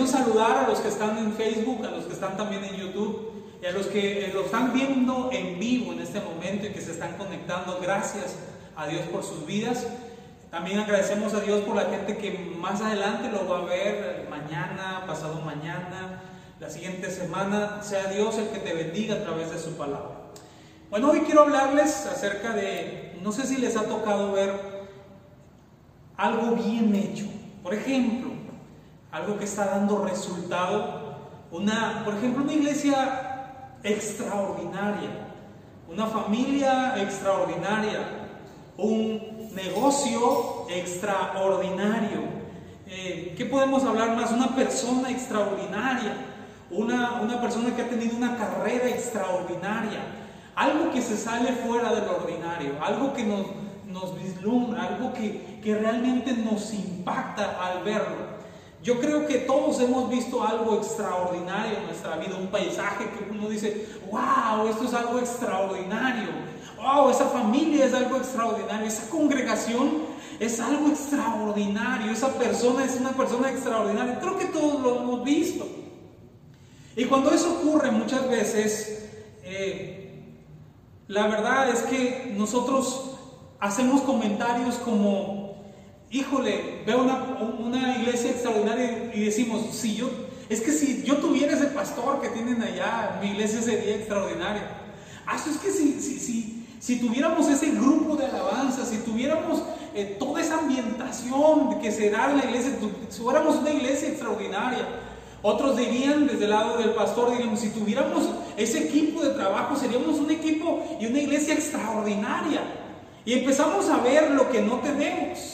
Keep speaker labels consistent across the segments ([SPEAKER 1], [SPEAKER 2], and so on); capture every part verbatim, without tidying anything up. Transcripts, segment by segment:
[SPEAKER 1] saludar a los que están en Facebook, a los que están también en YouTube y a los que lo están viendo en vivo en este momento y que se están conectando. Gracias a Dios por sus vidas. También agradecemos a Dios por la gente que más adelante lo va a ver mañana, pasado mañana, la siguiente semana. Sea Dios el que te bendiga a través de su palabra. Bueno, hoy quiero hablarles acerca de, no sé si les ha tocado ver algo bien hecho. Por ejemplo, algo que está dando resultado. Una, por ejemplo, una iglesia extraordinaria, una familia extraordinaria, un negocio extraordinario. Eh, ¿Qué podemos hablar más? Una persona extraordinaria, una, una persona que ha tenido una carrera extraordinaria, algo que se sale fuera de lo ordinario, algo que nos, nos vislumbra, algo que, que realmente nos impacta al verlo. Yo creo que todos hemos visto algo extraordinario en nuestra vida, un paisaje que uno dice, wow, esto es algo extraordinario, wow, esa familia es algo extraordinario, esa congregación es algo extraordinario, esa persona es una persona extraordinaria. Creo que todos lo hemos visto. Y cuando eso ocurre muchas veces, eh, la verdad es que nosotros hacemos comentarios como, híjole, veo una, una iglesia extraordinaria y decimos, si yo, es que si yo tuviera ese pastor que tienen allá, mi iglesia sería extraordinaria. Ah, eso es que si, si, si, si tuviéramos ese grupo de alabanza, si tuviéramos eh, toda esa ambientación que se da en la iglesia, si fuéramos una iglesia extraordinaria. Otros dirían, desde el lado del pastor, diríamos, si tuviéramos ese equipo de trabajo, seríamos un equipo y una iglesia extraordinaria. Y empezamos a ver lo que no tenemos.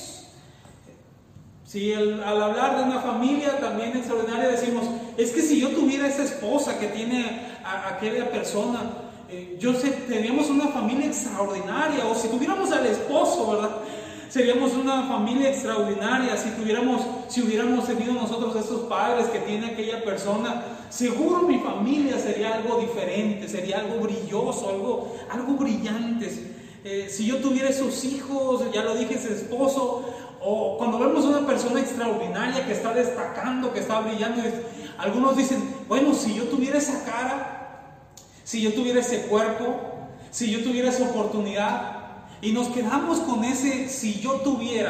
[SPEAKER 1] Si el, al hablar de una familia también extraordinaria decimos, es que si yo tuviera esa esposa que tiene a, a aquella persona, eh, yo sé, teníamos una familia extraordinaria. O si tuviéramos al esposo, ¿verdad? Seríamos una familia extraordinaria. Si tuviéramos, si hubiéramos tenido nosotros esos padres que tiene aquella persona, seguro mi familia sería algo diferente, sería algo brilloso, algo, algo brillante. Eh, si yo tuviera esos hijos, ya lo dije, ese esposo. O cuando vemos una persona extraordinaria que está destacando, que está brillando, algunos dicen, bueno, si yo tuviera esa cara, si yo tuviera ese cuerpo, si yo tuviera esa oportunidad, y nos quedamos con ese si yo tuviera.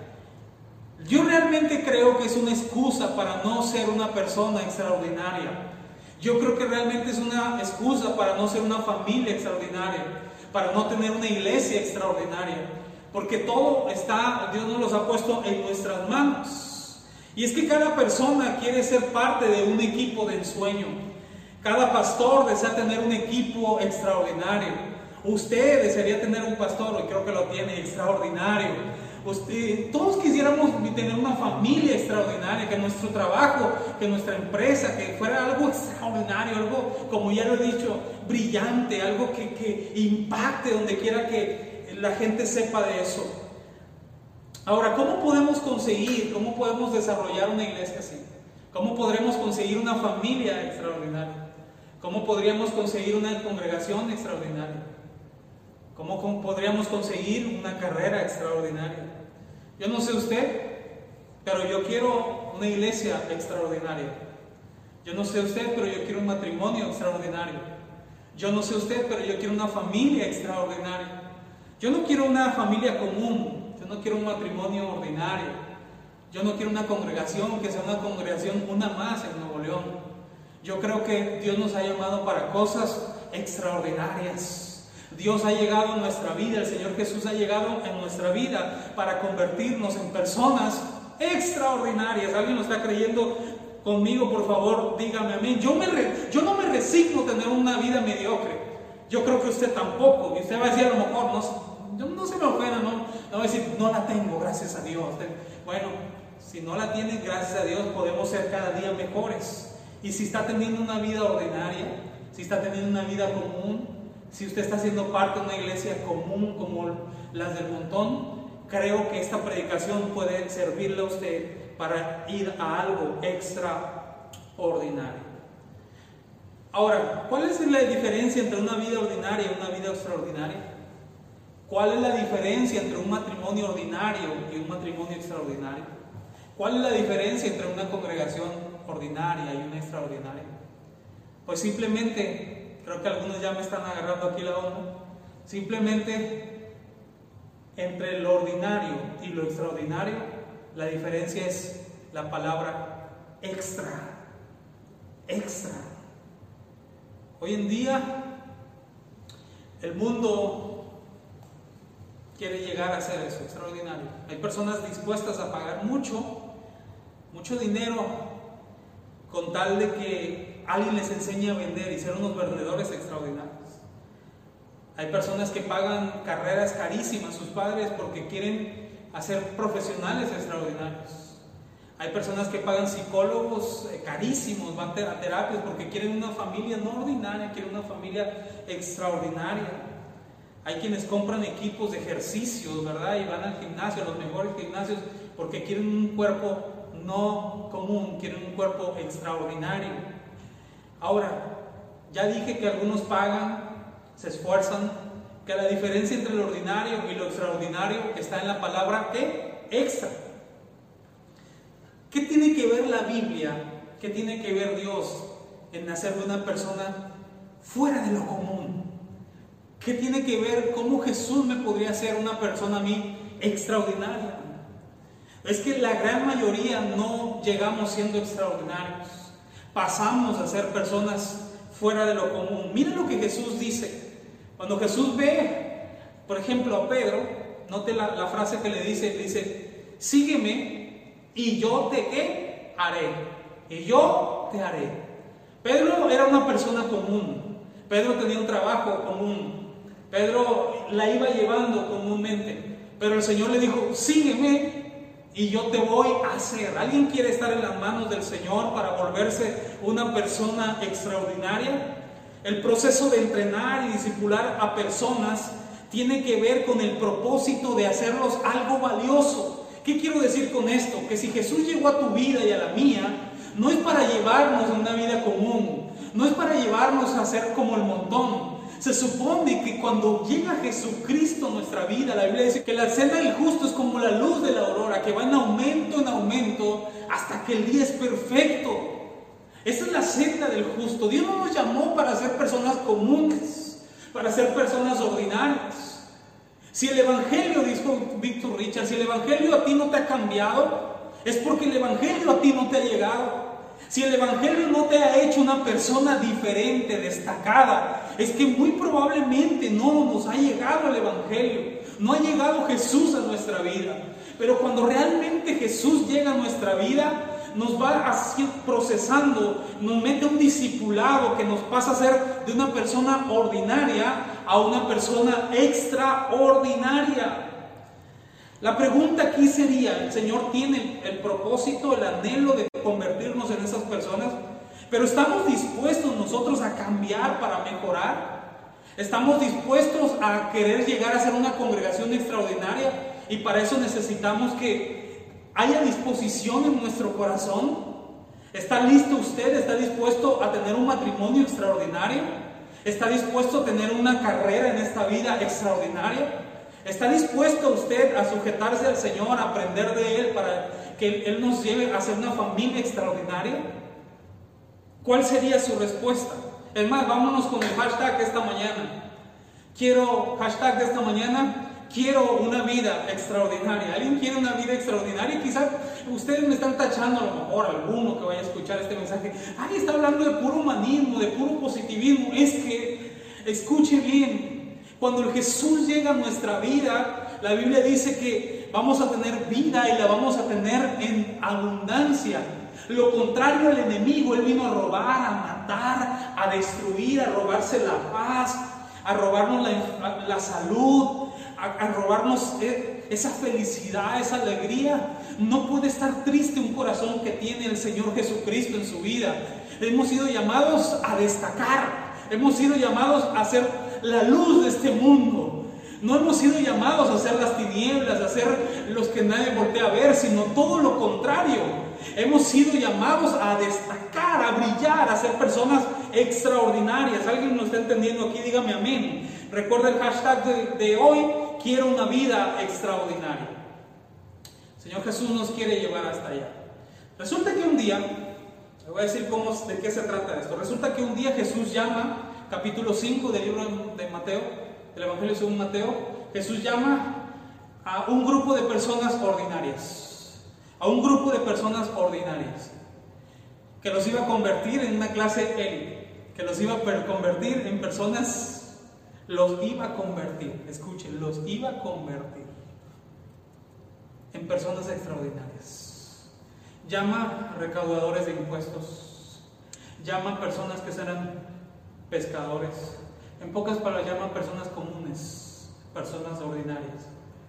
[SPEAKER 1] Yo realmente creo que es una excusa para no ser una persona extraordinaria. Yo creo que realmente es una excusa para no ser una familia extraordinaria, para no tener una iglesia extraordinaria. Porque todo está, Dios nos los ha puesto en nuestras manos. Y es que cada persona quiere ser parte de un equipo de ensueño. Cada pastor desea tener un equipo extraordinario. Usted desearía tener un pastor, y creo que lo tiene, extraordinario. Usted, todos quisiéramos tener una familia extraordinaria, que nuestro trabajo, que nuestra empresa, que fuera algo extraordinario, algo, como ya lo he dicho, brillante, algo que, que impacte donde quiera que la gente sepa de eso. Ahora, ¿cómo podemos conseguir, cómo podemos desarrollar una iglesia así? ¿Cómo podremos conseguir una familia extraordinaria? ¿Cómo podríamos conseguir una congregación extraordinaria? ¿Cómo, cómo podríamos conseguir una carrera extraordinaria? Yo no sé usted, pero yo quiero una iglesia extraordinaria. Yo no sé usted, pero yo quiero un matrimonio extraordinario. Yo no sé usted, pero yo quiero una familia extraordinaria. Yo no quiero una familia común, yo no quiero un matrimonio ordinario, yo no quiero una congregación que sea una congregación una más en Nuevo León. Yo creo que Dios nos ha llamado para cosas extraordinarias. Dios ha llegado a nuestra vida, el Señor Jesús ha llegado en nuestra vida para convertirnos en personas extraordinarias. ¿Alguien lo está creyendo conmigo? Por favor, dígame amén. Yo, me re, yo no me resigno a tener una vida mediocre. Yo creo que usted tampoco. Y usted va a decir a lo mejor, no, yo no se me ofenda, no, no va a decir, no la tengo, gracias a Dios. Bueno, si no la tiene, gracias a Dios, podemos ser cada día mejores. Y si está teniendo una vida ordinaria, si está teniendo una vida común, si usted está siendo parte de una iglesia común como las del montón, creo que esta predicación puede servirle a usted para ir a algo extraordinario. Ahora, ¿cuál es la diferencia entre una vida ordinaria y una vida extraordinaria? ¿Cuál es la diferencia entre un matrimonio ordinario y un matrimonio extraordinario? ¿Cuál es la diferencia entre una congregación ordinaria y una extraordinaria? Pues simplemente, creo que algunos ya me están agarrando aquí la onda, simplemente entre lo ordinario y lo extraordinario, la diferencia es la palabra extra, extra. Hoy en día el mundo quiere llegar a hacer eso, extraordinario. Hay personas dispuestas a pagar mucho, mucho dinero con tal de que alguien les enseñe a vender y ser unos vendedores extraordinarios. Hay personas que pagan carreras carísimas a sus padres porque quieren hacer profesionales extraordinarios. Hay personas que pagan psicólogos carísimos, van a terapias porque quieren una familia no ordinaria, quieren una familia extraordinaria. Hay quienes compran equipos de ejercicios, ¿verdad? Y van al gimnasio, a los mejores gimnasios, porque quieren un cuerpo no común, quieren un cuerpo extraordinario. Ahora, ya dije que algunos pagan, se esfuerzan, que la diferencia entre lo ordinario y lo extraordinario está en la palabra ¿qué? Extra. ¿Qué tiene que ver la Biblia? ¿Qué tiene que ver Dios en hacer de una persona fuera de lo común? ¿Qué tiene que ver cómo Jesús me podría hacer una persona a mí extraordinaria? Es que la gran mayoría no llegamos siendo extraordinarios. Pasamos a ser personas fuera de lo común. Mira lo que Jesús dice. Cuando Jesús ve, por ejemplo, a Pedro, note la, la frase que le dice, le dice, sígueme y yo te ¿qué? Haré. Y yo te haré. Pedro era una persona común. Pedro tenía un trabajo común. Pedro la iba llevando comúnmente. Pero el Señor le dijo, sígueme y yo te voy a hacer. ¿Alguien quiere estar en las manos del Señor para volverse una persona extraordinaria? El proceso de entrenar y discipular a personas tiene que ver con el propósito de hacerlos algo valioso. ¿Qué quiero decir con esto? Que si Jesús llegó a tu vida y a la mía, no es para llevarnos a una vida común, no es para llevarnos a ser como el montón. Se supone que cuando llega Jesucristo a nuestra vida, la Biblia dice que la senda del justo es como la luz de la aurora, que va en aumento, en aumento, hasta que el día es perfecto. Esa es la senda del justo. Dios no nos llamó para ser personas comunes, para ser personas ordinarias. Si el Evangelio, dijo Víctor Richard, si el Evangelio a ti no te ha cambiado, es porque el Evangelio a ti no te ha llegado. Si el Evangelio no te ha hecho una persona diferente, destacada, es que muy probablemente no nos ha llegado el Evangelio, no ha llegado Jesús a nuestra vida. Pero cuando realmente Jesús llega a nuestra vida, nos va así procesando, nos mete un discipulado que nos pasa a ser de una persona ordinaria a una persona extraordinaria. La pregunta aquí sería, ¿el Señor tiene el propósito, el anhelo de convertirnos en esas personas? Pero ¿estamos dispuestos nosotros a cambiar para mejorar? ¿Estamos dispuestos a querer llegar a ser una congregación extraordinaria? Y para eso necesitamos que haya disposición en nuestro corazón. ¿Está listo usted? ¿Está dispuesto a tener un matrimonio extraordinario? ¿Está dispuesto a tener una carrera en esta vida extraordinaria? ¿Está dispuesto usted a sujetarse al Señor, a aprender de Él para que Él nos lleve a ser una familia extraordinaria? ¿Cuál sería su respuesta? Es más, vámonos con el hashtag de esta mañana. Quiero, hashtag de esta mañana, quiero una vida extraordinaria. ¿Alguien quiere una vida extraordinaria? Quizás ustedes me están tachando, a lo mejor alguno que vaya a escuchar este mensaje, ay, está hablando de puro humanismo, de puro positivismo. Es que, escuche bien, cuando el Jesús llega a nuestra vida, la Biblia dice que vamos a tener vida y la vamos a tener en abundancia. Lo contrario al enemigo, él vino a robar, a matar, a destruir, a robarse la paz, a robarnos la, la salud, a, a robarnos esa felicidad, esa alegría. No puede estar triste un corazón que tiene el Señor Jesucristo en su vida. Hemos sido llamados a destacar, hemos sido llamados a ser la luz de este mundo. No hemos sido llamados a ser las tinieblas, a ser los que nadie voltea a ver, sino todo lo contrario. Hemos sido llamados a destacar, a brillar, a ser personas extraordinarias. ¿Alguien nos está entendiendo aquí? Dígame amén. Recuerda el hashtag de, de hoy, quiero una vida extraordinaria. El Señor Jesús nos quiere llevar hasta allá. Resulta que un día, voy a decir cómo, de qué se trata esto. Resulta que un día Jesús llama, capítulo cinco del libro de Mateo, del Evangelio según Mateo, Jesús llama a un grupo de personas ordinarias, a un grupo de personas ordinarias, que los iba a convertir en una clase élite, que los iba a convertir en personas, los iba a convertir, escuchen, los iba a convertir en personas extraordinarias. Llama a recaudadores de impuestos, llama a personas que serán pescadores, en pocas palabras llama a personas comunes, personas ordinarias,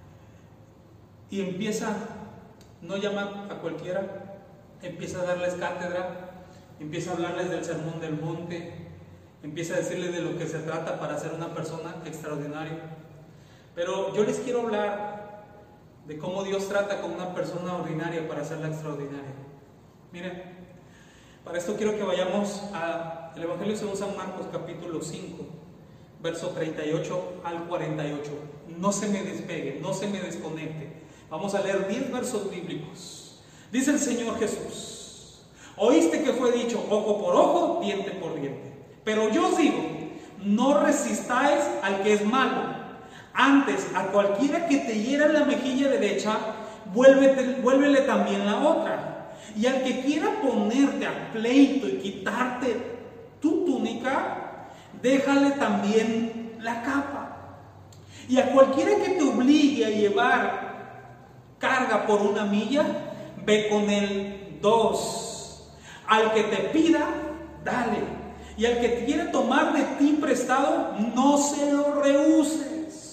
[SPEAKER 1] y empieza, no llama a cualquiera, empieza a darles cátedra, empieza a hablarles del sermón del monte, empieza a decirles de lo que se trata para ser una persona extraordinaria. Pero yo les quiero hablar de cómo Dios trata con una persona ordinaria para hacerla extraordinaria. Miren, para esto quiero que vayamos al Evangelio según San Marcos, capítulo cinco, verso treinta y ocho al cuarenta y ocho. No se me despegue, no se me desconecte. Vamos a leer diez versos bíblicos. Dice el Señor Jesús: oíste que fue dicho, ojo por ojo, diente por diente. Pero yo os digo, no resistáis al que es malo. Antes, a cualquiera que te hiera en la mejilla derecha, vuélvete, vuélvele también la otra. Y al que quiera ponerte a pleito y quitarte tu túnica, déjale también la capa. Y a cualquiera que te obligue a llevar carga por una milla, ve con él dos. Al que te pida, dale. Y al que quiera tomar de ti prestado, no se lo rehuses.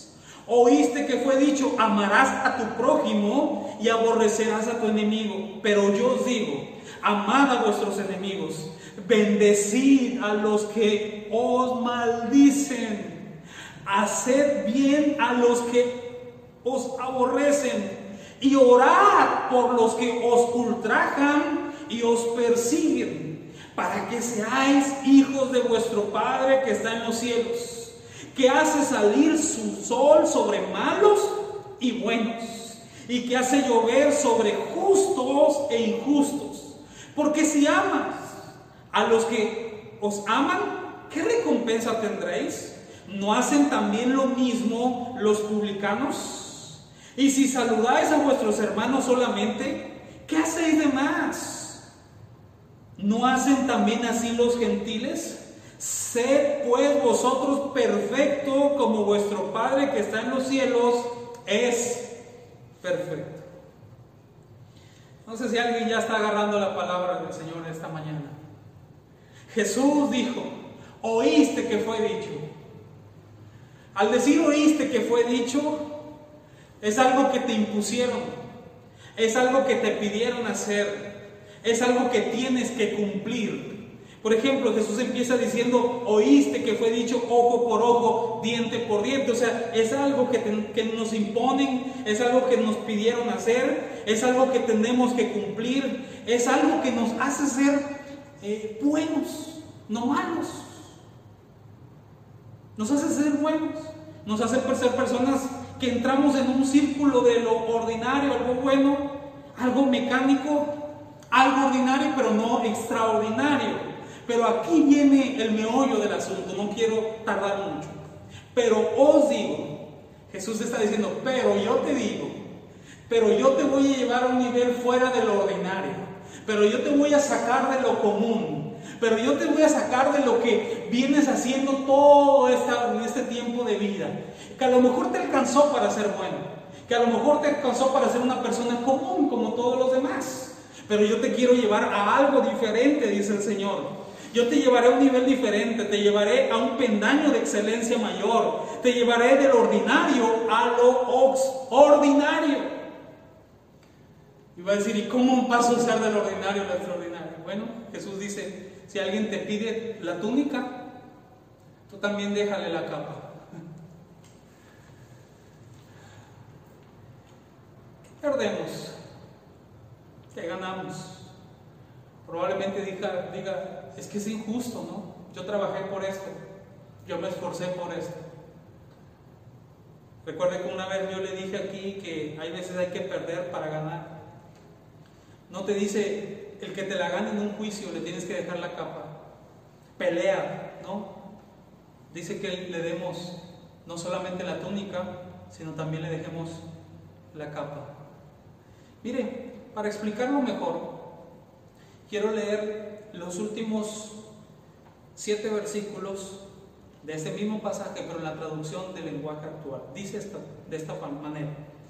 [SPEAKER 1] Oíste que fue dicho, amarás a tu prójimo y aborrecerás a tu enemigo. Pero yo os digo, amad a vuestros enemigos, bendecid a los que os maldicen, haced bien a los que os aborrecen, y orad por los que os ultrajan y os persiguen, para que seáis hijos de vuestro Padre que está en los cielos, que hace salir su sol sobre malos y buenos, y que hace llover sobre justos e injustos. Porque si amas a los que os aman, ¿qué recompensa tendréis? ¿No hacen también lo mismo los publicanos? Y si saludáis a vuestros hermanos solamente, ¿qué hacéis de más? ¿No hacen también así los gentiles? Sed pues vosotros perfectos como vuestro Padre que está en los cielos es perfecto. No sé si alguien ya está agarrando la palabra del Señor esta mañana. Jesús dijo, oíste que fue dicho. Al decir oíste que fue dicho, es algo que te impusieron, es algo que te pidieron hacer, es algo que tienes que cumplir. Por ejemplo, Jesús empieza diciendo, oíste que fue dicho ojo por ojo, diente por diente. O sea, es algo que, te, que nos imponen, es algo que nos pidieron hacer, es algo que tenemos que cumplir, es algo que nos hace ser eh, buenos, no malos. Nos hace ser buenos, nos hace ser personas que entramos en un círculo de lo ordinario, algo bueno, algo mecánico, algo ordinario, pero no extraordinario. Pero aquí viene el meollo del asunto, no quiero tardar mucho. Pero os digo, Jesús está diciendo, pero yo te digo, pero yo te voy a llevar a un nivel fuera de lo ordinario, pero yo te voy a sacar de lo común, pero yo te voy a sacar de lo que vienes haciendo todo esta, este tiempo de vida, que a lo mejor te alcanzó para ser bueno, que a lo mejor te alcanzó para ser una persona común como todos los demás, pero yo te quiero llevar a algo diferente, dice el Señor. Yo te llevaré a un nivel diferente, te llevaré a un pendaño de excelencia mayor, te llevaré del ordinario a lo ordinario. Y va a decir, ¿y cómo paso a ser del ordinario a lo extraordinario? Bueno, Jesús dice, si alguien te pide la túnica, tú también déjale la capa. ¿Qué perdemos? ¿Qué ganamos? Probablemente diga, diga, es que es injusto, ¿no? Yo trabajé por esto, yo me esforcé por esto. Recuerde que una vez yo le dije aquí que hay veces hay que perder para ganar. No te dice, el que te la gane en un juicio le tienes que dejar la capa. Pelea, ¿no? Dice que le demos no solamente la túnica, sino también le dejemos la capa. Mire, para explicarlo mejor, quiero leer los últimos siete versículos de este mismo pasaje, pero en la traducción del lenguaje actual. Dice esta, de esta manera.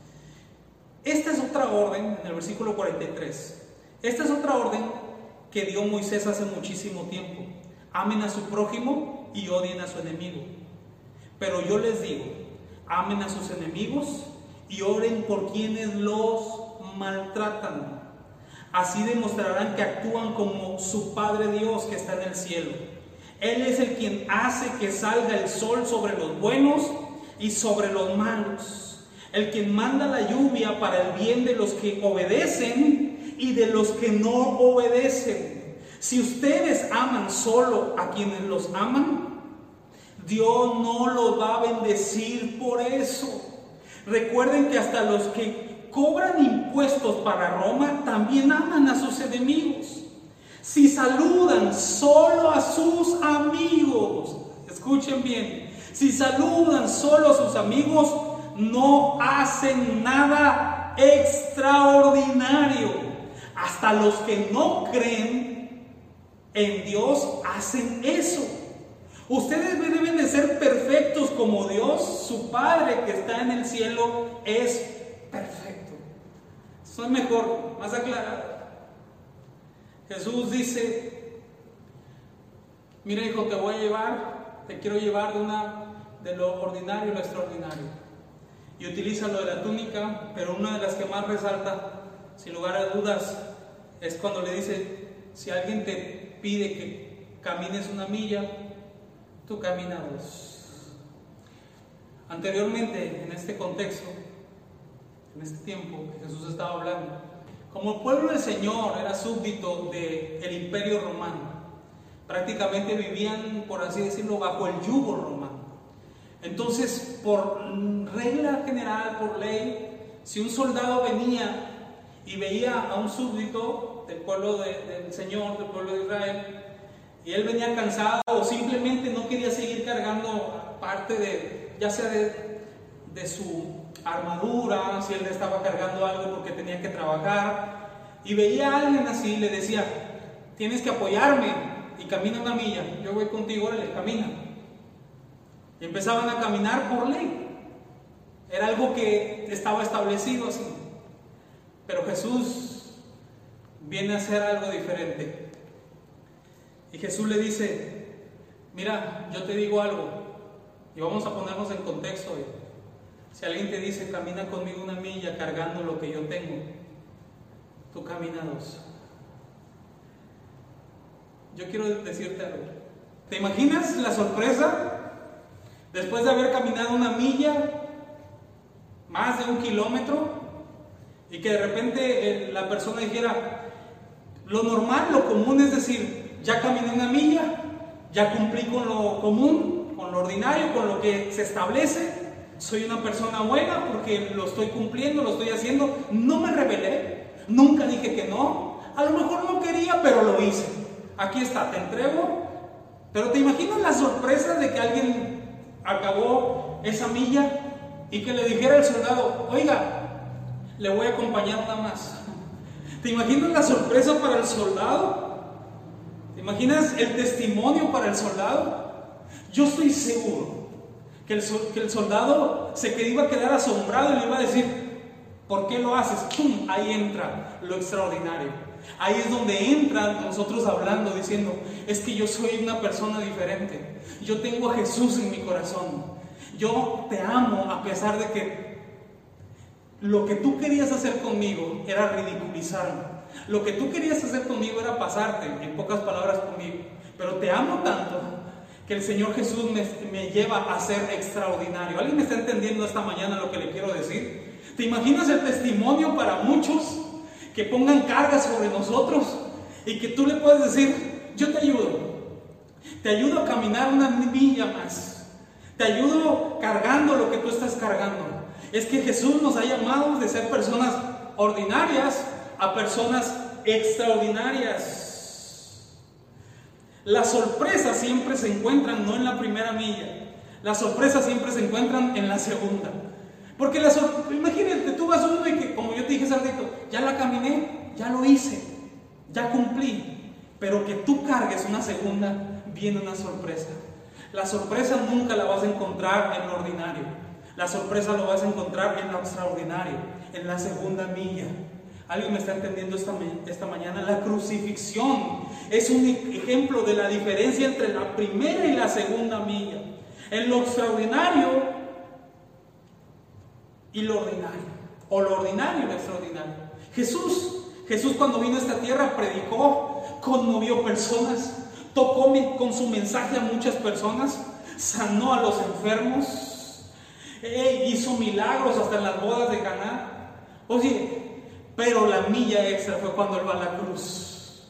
[SPEAKER 1] Esta es otra orden, en el versículo cuarenta y tres. Esta es otra orden que dio Moisés hace muchísimo tiempo. Amen a su prójimo y odien a su enemigo. Pero yo les digo, amen a sus enemigos y oren por quienes los maltratan. Así demostrarán que actúan como su Padre Dios que está en el cielo. Él es el quien hace que salga el sol sobre los buenos y sobre los malos. El quien manda la lluvia para el bien de los que obedecen y de los que no obedecen. Si ustedes aman solo a quienes los aman, Dios no los va a bendecir por eso. Recuerden que hasta los que cobran impuestos para Roma también aman a sus enemigos. Si saludan solo a sus amigos, escuchen bien, si saludan solo a sus amigos, no hacen nada extraordinario. Hasta los que no creen en Dios hacen eso. Ustedes deben de ser perfectos como Dios, su Padre que está en el cielo, es perfecto. Soy mejor, más aclarado. Jesús dice, mira hijo, te voy a llevar, te quiero llevar de, una, de lo ordinario a lo extraordinario. Y utiliza lo de la túnica, pero una de las que más resalta, sin lugar a dudas, es cuando le dice, si alguien te pide que camines una milla, tú camina dos. Anteriormente, en este contexto, en este tiempo que Jesús estaba hablando, como el pueblo del Señor era súbdito del imperio romano, prácticamente vivían, por así decirlo, bajo el yugo romano. Entonces, por regla general, por ley, si un soldado venía y veía a un súbdito del pueblo de, del Señor, del pueblo de Israel, y él venía cansado o simplemente no quería seguir cargando parte de, ya sea de, de su armadura, si él estaba cargando algo porque tenía que trabajar, y veía a alguien así, le decía, tienes que apoyarme y camina una milla, yo voy contigo, órale, camina. Y empezaban a caminar por ley, era algo que estaba establecido así. Pero Jesús viene a hacer algo diferente. Y Jesús le dice, mira, yo te digo algo, y vamos a ponernos en contexto hoy. Si alguien te dice, camina conmigo una milla cargando lo que yo tengo, tú camina dos. Yo quiero decirte algo. ¿Te imaginas la sorpresa? Después de haber caminado una milla, más de un kilómetro, y que de repente la persona dijera, lo normal, lo común es decir, ya caminé una milla, ya cumplí con lo común, con lo ordinario, con lo que se establece. Soy una persona buena porque lo estoy cumpliendo, lo estoy haciendo. No me rebelé, nunca dije que no. A lo mejor no quería, pero lo hice. Aquí está, te entrego. Pero ¿te imaginas la sorpresa de que alguien acabó esa milla y que le dijera al soldado, oiga, le voy a acompañar nada más? ¿Te imaginas la sorpresa para el soldado? ¿Te imaginas el testimonio para el soldado? Yo estoy seguro que el, que el soldado se que iba a quedar asombrado y le iba a decir, ¿por qué lo haces? ¡Pum! Ahí entra lo extraordinario. Ahí es donde entra nosotros hablando, diciendo, es que yo soy una persona diferente. Yo tengo a Jesús en mi corazón. Yo te amo a pesar de que lo que tú querías hacer conmigo era ridiculizarme. Lo que tú querías hacer conmigo era pasarte, en pocas palabras, conmigo. Pero te amo tanto que el Señor Jesús me, me lleva a ser extraordinario. ¿Alguien me está entendiendo esta mañana lo que le quiero decir? ¿Te imaginas el testimonio para muchos que pongan cargas sobre nosotros y que tú le puedes decir, yo te ayudo, te ayudo a caminar una milla más, te ayudo cargando lo que tú estás cargando? Es que Jesús nos ha llamado de ser personas ordinarias a personas extraordinarias. Las sorpresas siempre se encuentran no en la primera milla, las sorpresas siempre se encuentran en la segunda. Porque la sor... imagínate, tú vas uno y que, como yo te dije hace ratito, ya la caminé, ya lo hice, ya cumplí. Pero que tú cargues una segunda, viene una sorpresa. La sorpresa nunca la vas a encontrar en lo ordinario. La sorpresa lo vas a encontrar en lo extraordinario, en la segunda milla. ¿Alguien me está entendiendo esta, esta mañana? La crucifixión es un ejemplo de la diferencia entre la primera y la segunda milla. En lo extraordinario y lo ordinario, o lo ordinario y lo extraordinario. Jesús, Jesús cuando vino a esta tierra predicó, conmovió personas, tocó con su mensaje a muchas personas, sanó a los enfermos, eh, hizo milagros hasta en las bodas de Caná. Oye, pero la milla extra fue cuando él va a la cruz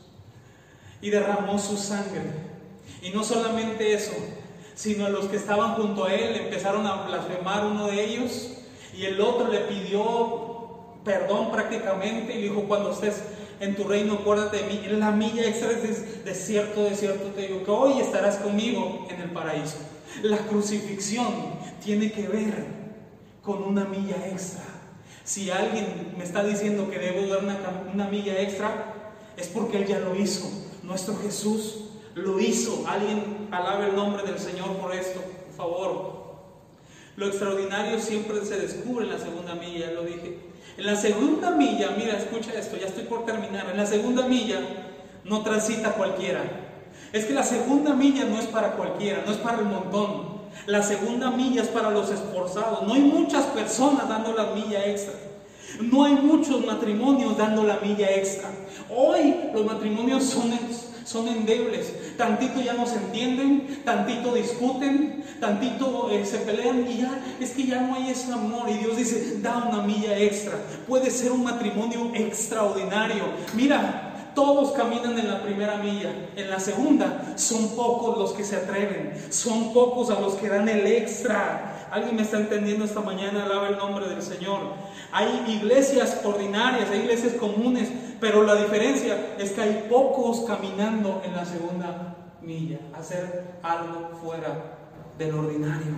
[SPEAKER 1] y derramó su sangre. Y no solamente eso, sino a los que estaban junto a él empezaron a blasfemar, uno de ellos, y el otro le pidió perdón prácticamente y le dijo: cuando estés en tu reino, acuérdate de mí. La milla extra es: de cierto, de cierto te digo que hoy estarás conmigo en el paraíso. La crucifixión tiene que ver con una milla extra. Si alguien me está diciendo que debo dar una, una milla extra, es porque él ya lo hizo. Nuestro Jesús lo hizo. Alguien alabe el nombre del Señor por esto, por favor. Lo extraordinario siempre se descubre en la segunda milla, ya lo dije. En la segunda milla, mira, escucha esto, ya estoy por terminar. En la segunda milla no transita cualquiera. Es que la segunda milla no es para cualquiera, no es para el montón. La segunda milla es para los esforzados. No hay muchas personas dando la milla extra. No hay muchos matrimonios dando la milla extra. Hoy los matrimonios son, son endebles. Tantito ya no se entienden, tantito discuten, tantito eh, se pelean y ya, es que ya no hay ese amor. Y Dios dice: da una milla extra. Puede ser un matrimonio extraordinario. Mira, todos caminan en la primera milla. En la segunda son pocos los que se atreven, son pocos a los que dan el extra. ¿Alguien me está entendiendo esta mañana? Alaba el nombre del Señor. Hay iglesias ordinarias, hay iglesias comunes, pero la diferencia es que hay pocos caminando en la segunda milla, hacer algo fuera del ordinario.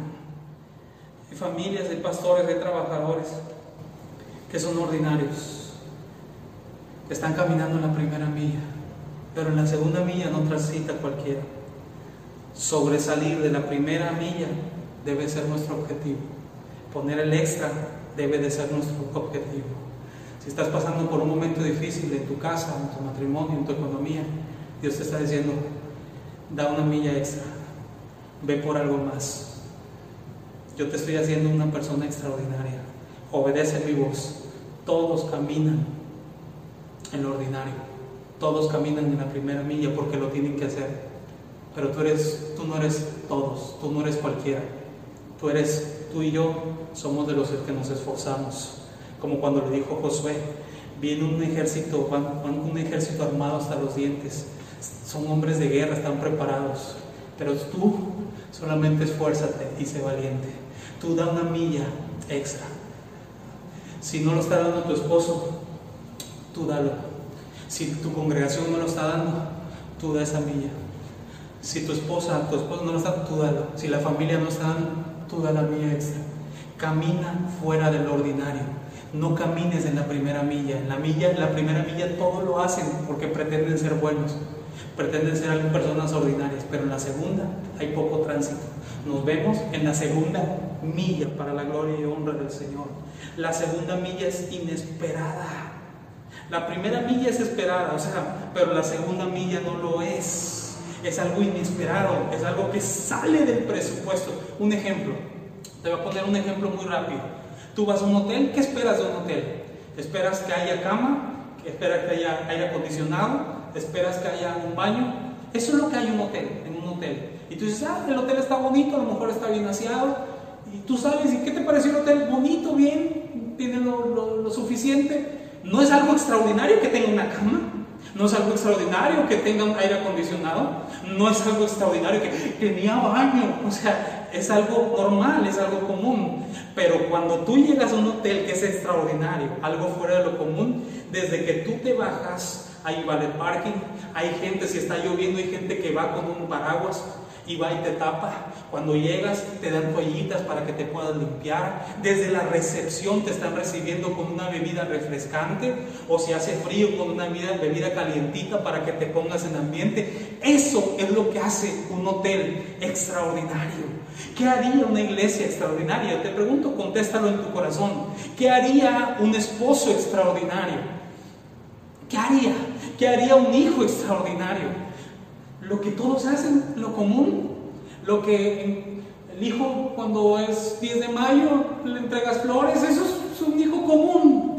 [SPEAKER 1] Hay familias, hay pastores, hay trabajadores que son ordinarios, están caminando en la primera milla, pero en la segunda milla no transita cualquiera. Sobresalir de la primera milla debe ser nuestro objetivo. Poner el extra debe de ser nuestro objetivo. Si estás pasando por un momento difícil en tu casa, en tu matrimonio, en tu economía, Dios te está diciendo: da una milla extra, ve por algo más. Yo te estoy haciendo una persona extraordinaria. Obedece mi voz. Todos caminan en lo ordinario, todos caminan en la primera milla porque lo tienen que hacer, pero tú eres, tú no eres todos, tú no eres cualquiera, tú eres, tú y yo somos de los que nos esforzamos, como cuando le dijo Josué: viene un ejército, van, van un ejército armado hasta los dientes, son hombres de guerra, están preparados, pero tú solamente esfuérzate y sé valiente. Tú da una milla extra. Si no lo está dando tu esposo, tú dalo. Si tu congregación no lo está dando, tú da esa milla. Si tu esposa, tu esposo no lo está dando, tú dalo. Si la familia no está dando, tú da la milla extra. Camina fuera del ordinario. No camines en la primera milla. En la milla, en la primera milla todo lo hacen porque pretenden ser buenos, pretenden ser personas ordinarias, pero en la segunda hay poco tránsito. Nos vemos en la segunda milla para la gloria y honra del Señor. La segunda milla es inesperada. La primera milla es esperada, o sea, pero la segunda milla no lo es. Es algo inesperado, es algo que sale del presupuesto. Un ejemplo, te voy a poner un ejemplo muy rápido. Tú vas a un hotel, ¿qué esperas de un hotel? ¿Esperas que haya cama? ¿Esperas que haya aire acondicionado? ¿Esperas que haya un baño? Eso es lo que hay en un hotel, en un hotel. Y tú dices: ah, el hotel está bonito, a lo mejor está bien aseado. Y tú sabes, ¿y qué te pareció el hotel? Bonito, bien, tiene lo, lo, lo suficiente. No es algo extraordinario que tenga una cama, no es algo extraordinario que tenga un aire acondicionado, no es algo extraordinario que tenía baño, o sea, es algo normal, es algo común. Pero cuando tú llegas a un hotel que es extraordinario, algo fuera de lo común, desde que tú te bajas hay valet parking, hay gente, si está lloviendo, hay gente que va con un paraguas y va y te tapa. Cuando llegas te dan toallitas para que te puedas limpiar. Desde la recepción te están recibiendo con una bebida refrescante, o si hace frío, con una bebida, bebida calientita para que te pongas en ambiente. Eso es lo que hace un hotel extraordinario. ¿Qué haría una iglesia extraordinaria? Te pregunto, contéstalo en tu corazón. ¿Qué haría un esposo extraordinario? ¿Qué haría? ¿Qué haría un hijo extraordinario? Lo que todos hacen, lo común, lo que el hijo cuando es diez de mayo le entregas flores, eso es un hijo común.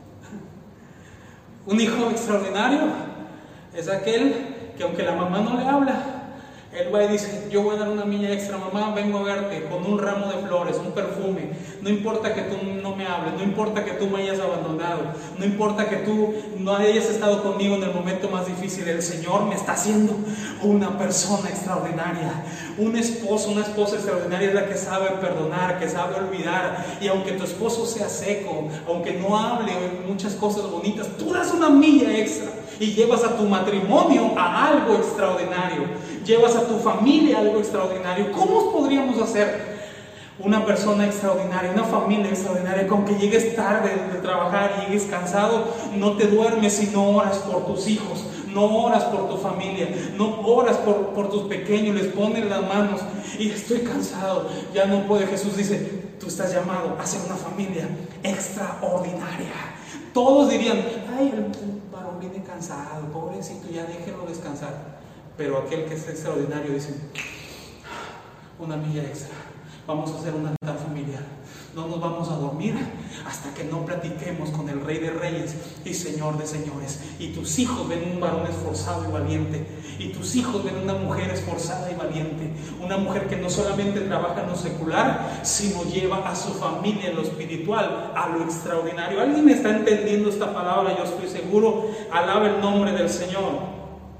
[SPEAKER 1] Un hijo extraordinario es aquel que aunque la mamá no le habla, él va y dice: yo voy a dar una milla extra, mamá, vengo a verte con un ramo de flores, un perfume. No importa que tú no me hables, no importa que tú me hayas abandonado, no importa que tú no hayas estado conmigo en el momento más difícil, el Señor me está haciendo una persona extraordinaria. Un esposo, una esposa extraordinaria es la que sabe perdonar, que sabe olvidar. Y aunque tu esposo sea seco, aunque no hable muchas cosas bonitas, tú das una milla extra y llevas a tu matrimonio a algo extraordinario, llevas a tu familia a algo extraordinario. ¿Cómo podríamos hacer una persona extraordinaria, una familia extraordinaria? Con que llegues tarde de trabajar, llegues cansado, no te duermes y no oras por tus hijos, no oras por tu familia, no oras por, por tus pequeños, les pones las manos y estoy cansado, ya no puede. Jesús dice: tú estás llamado a ser una familia extraordinaria. Todos dirían: ay, el varón viene cansado, pobrecito, ya déjenlo descansar. Pero aquel que es extraordinario dice: una milla extra, vamos a hacer un altar familiar, no nos vamos a dormir hasta que no platiquemos con el Rey de Reyes y Señor de Señores. Y tus hijos ven un varón esforzado y valiente, y tus hijos ven una mujer esforzada y valiente, una mujer que no solamente trabaja en lo secular, sino lleva a su familia en lo espiritual a lo extraordinario. ¿Alguien está entendiendo esta palabra? Yo estoy seguro. Alaba el nombre del Señor.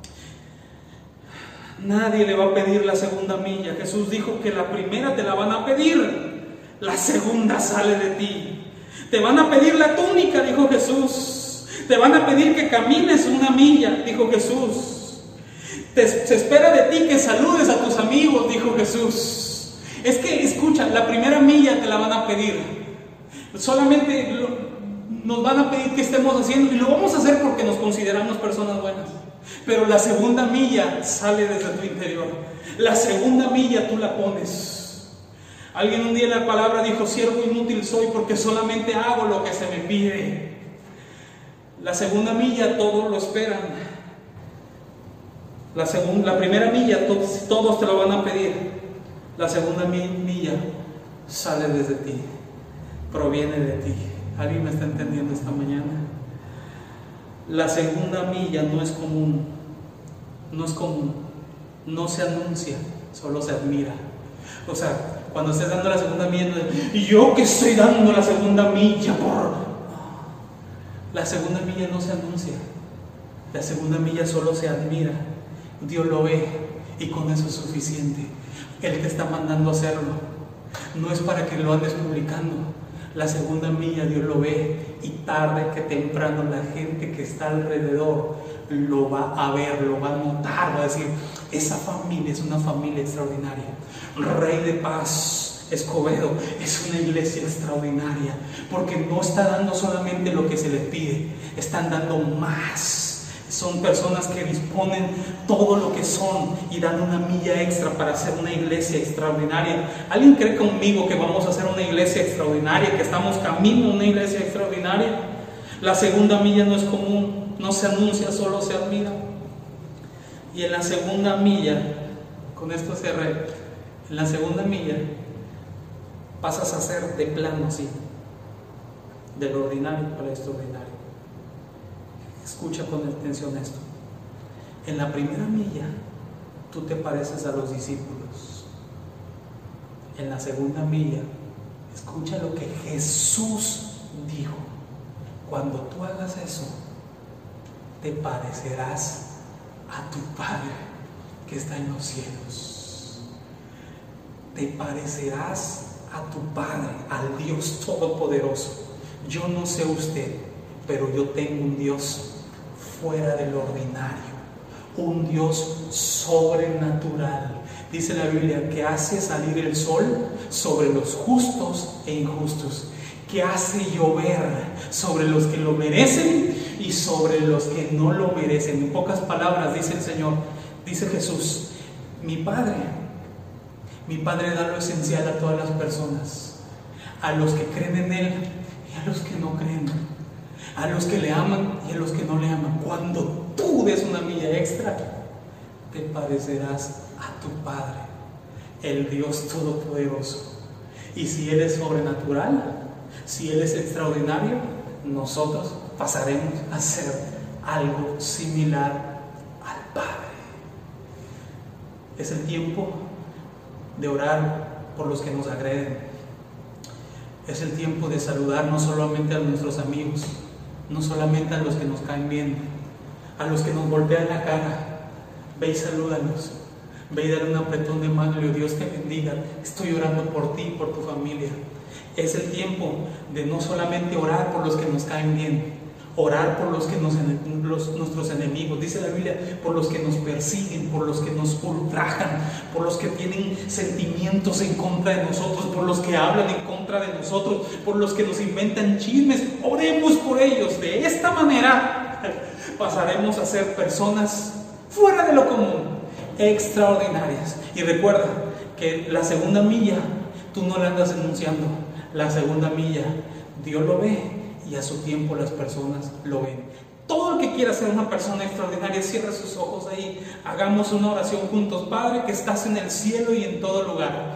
[SPEAKER 1] Nadie le va a pedir la segunda milla. Jesús dijo que la primera te la van a pedir, la segunda sale de ti. Te van a pedir la túnica, dijo Jesús. Te van a pedir que camines una milla, dijo Jesús. Te, se espera de ti que saludes a tus amigos, dijo Jesús. Es que, escucha, la primera milla te la van a pedir. Solamente lo, nos van a pedir que estemos haciendo, y lo vamos a hacer porque nos consideramos personas buenas. Pero la segunda milla sale desde tu interior. La segunda milla tú la pones. Alguien un día en la palabra dijo: siervo inútil soy porque solamente hago lo que se me pide. La segunda milla todos lo esperan. La, segunda, la primera milla todos, todos te lo van a pedir. La segunda milla sale desde ti, proviene de ti. ¿Alguien me está entendiendo esta mañana? La segunda milla no es común, no es común, no se anuncia, solo se admira. O sea, cuando estés dando la segunda milla, no es: y yo que estoy dando la segunda milla por... La segunda milla no se anuncia, la segunda milla solo se admira. Dios lo ve y con eso es suficiente. Él te está mandando a hacerlo, no es para que lo andes publicando. La segunda milla Dios lo ve, y tarde que temprano la gente que está alrededor lo va a ver, lo va a notar, va a decir: esa familia es una familia extraordinaria. Rey de Paz Escobedo es una iglesia extraordinaria, porque no está dando solamente lo que se les pide, están dando más. Son personas que disponen todo lo que son y dan una milla extra para hacer una iglesia extraordinaria. ¿Alguien cree conmigo que vamos a hacer una iglesia extraordinaria, que estamos camino a una iglesia extraordinaria? La segunda milla no es común, no se anuncia, solo se admira. Y en la segunda milla, con esto cerré, en la segunda milla pasas a ser de plano así, del ordinario para el extraordinario. Escucha con atención esto. En la primera milla tú te pareces a los discípulos. En la segunda milla, escucha lo que Jesús dijo: cuando tú hagas eso, te parecerás a tu Padre que está en los cielos. Te parecerás a tu Padre, al Dios Todopoderoso. Yo no sé usted, pero yo tengo un Dios fuera del ordinario, un Dios sobrenatural. Dice la Biblia que hace salir el sol sobre los justos e injustos, que hace llover sobre los que lo merecen y sobre los que no lo merecen. En pocas palabras dice el Señor, dice Jesús, mi Padre, mi Padre da lo esencial a todas las personas, a los que creen en Él y a los que no creen, a los que le aman y a los que no le aman. Cuando tú des una milla extra, te parecerás a tu Padre, el Dios Todopoderoso. Y si Él es sobrenatural, si Él es extraordinario, nosotros pasaremos a ser algo similar al Padre. Es el tiempo de orar por los que nos agreden. Es el tiempo de saludar no solamente a nuestros amigos, no solamente a los que nos caen bien, a los que nos golpean la cara. Ve y salúdalos. Ve y dale un apretón de mano y Dios te bendiga. Estoy orando por ti y por tu familia. Es el tiempo de no solamente orar por los que nos caen bien, orar por los que nos, los, nuestros enemigos, dice la Biblia, por los que nos persiguen, por los que nos ultrajan, por los que tienen sentimientos en contra de nosotros, por los que hablan en contra de nosotros, por los que nos inventan chismes. Oremos por ellos. De esta manera pasaremos a ser personas fuera de lo común, extraordinarias. Y recuerda que la segunda milla tú no la andas enunciando. La segunda milla Dios lo ve y a su tiempo las personas lo ven. Todo el que quiera ser una persona extraordinaria, cierre sus ojos ahí. Hagamos una oración juntos. Padre que estás en el cielo y en todo lugar,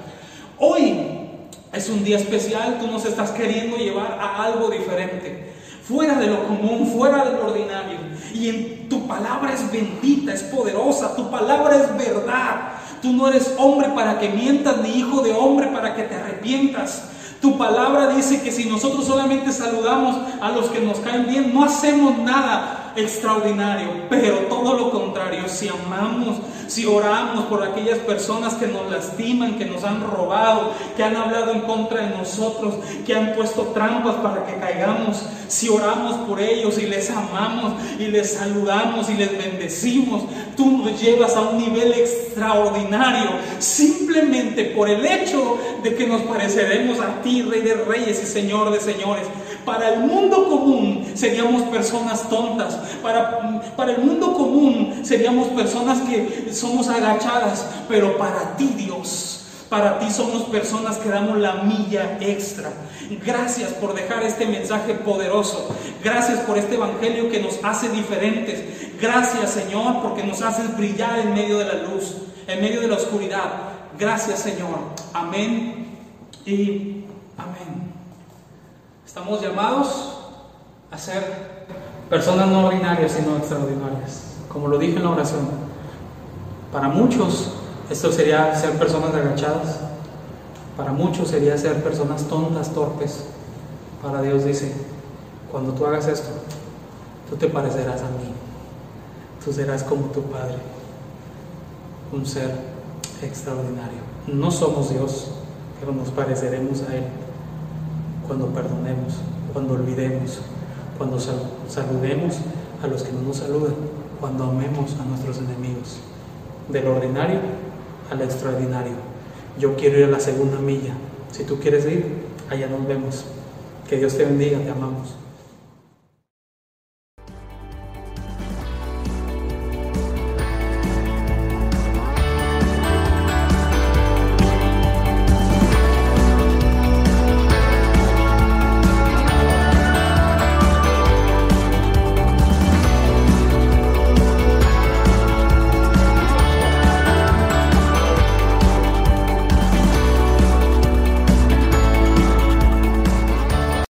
[SPEAKER 1] hoy es un día especial. Tú nos estás queriendo llevar a algo diferente, fuera de lo común, fuera del ordinario. Y en tu palabra es bendita, es poderosa. Tu palabra es verdad. Tú no eres hombre para que mientas, ni hijo de hombre para que te arrepientas. Tu palabra dice que si nosotros solamente saludamos a los que nos caen bien, no hacemos nada extraordinario, pero todo lo contrario. Si amamos, si oramos por aquellas personas que nos lastiman, que nos han robado, que han hablado en contra de nosotros, que han puesto trampas para que caigamos, si oramos por ellos y les amamos y les saludamos y les bendecimos, tú nos llevas a un nivel extraordinario, simplemente por el hecho de que nos pareceremos a ti, Rey de Reyes y Señor de Señores. Para el mundo común seríamos personas tontas. Para, para el mundo común seríamos personas que somos agachadas. Pero para ti, Dios, para ti somos personas que damos la milla extra. Gracias por dejar este mensaje poderoso. Gracias por este evangelio que nos hace diferentes. Gracias, Señor, porque nos haces brillar en medio de la luz, en medio de la oscuridad. Gracias, Señor. Amén y amén. Estamos llamados a ser personas no ordinarias, sino extraordinarias. Como lo dije en la oración, para muchos esto sería ser personas agachadas. Para muchos sería ser personas tontas, torpes. Para Dios dice, cuando tú hagas esto, tú te parecerás a mí. Tú serás como tu Padre, un ser extraordinario. No somos Dios, pero nos pareceremos a Él cuando perdonemos, cuando olvidemos, cuando sal saludemos a los que no nos saludan, cuando amemos a nuestros enemigos. Del ordinario al extraordinario. Yo quiero ir a la segunda milla. Si tú quieres ir, allá nos vemos. Que Dios te bendiga, te amamos.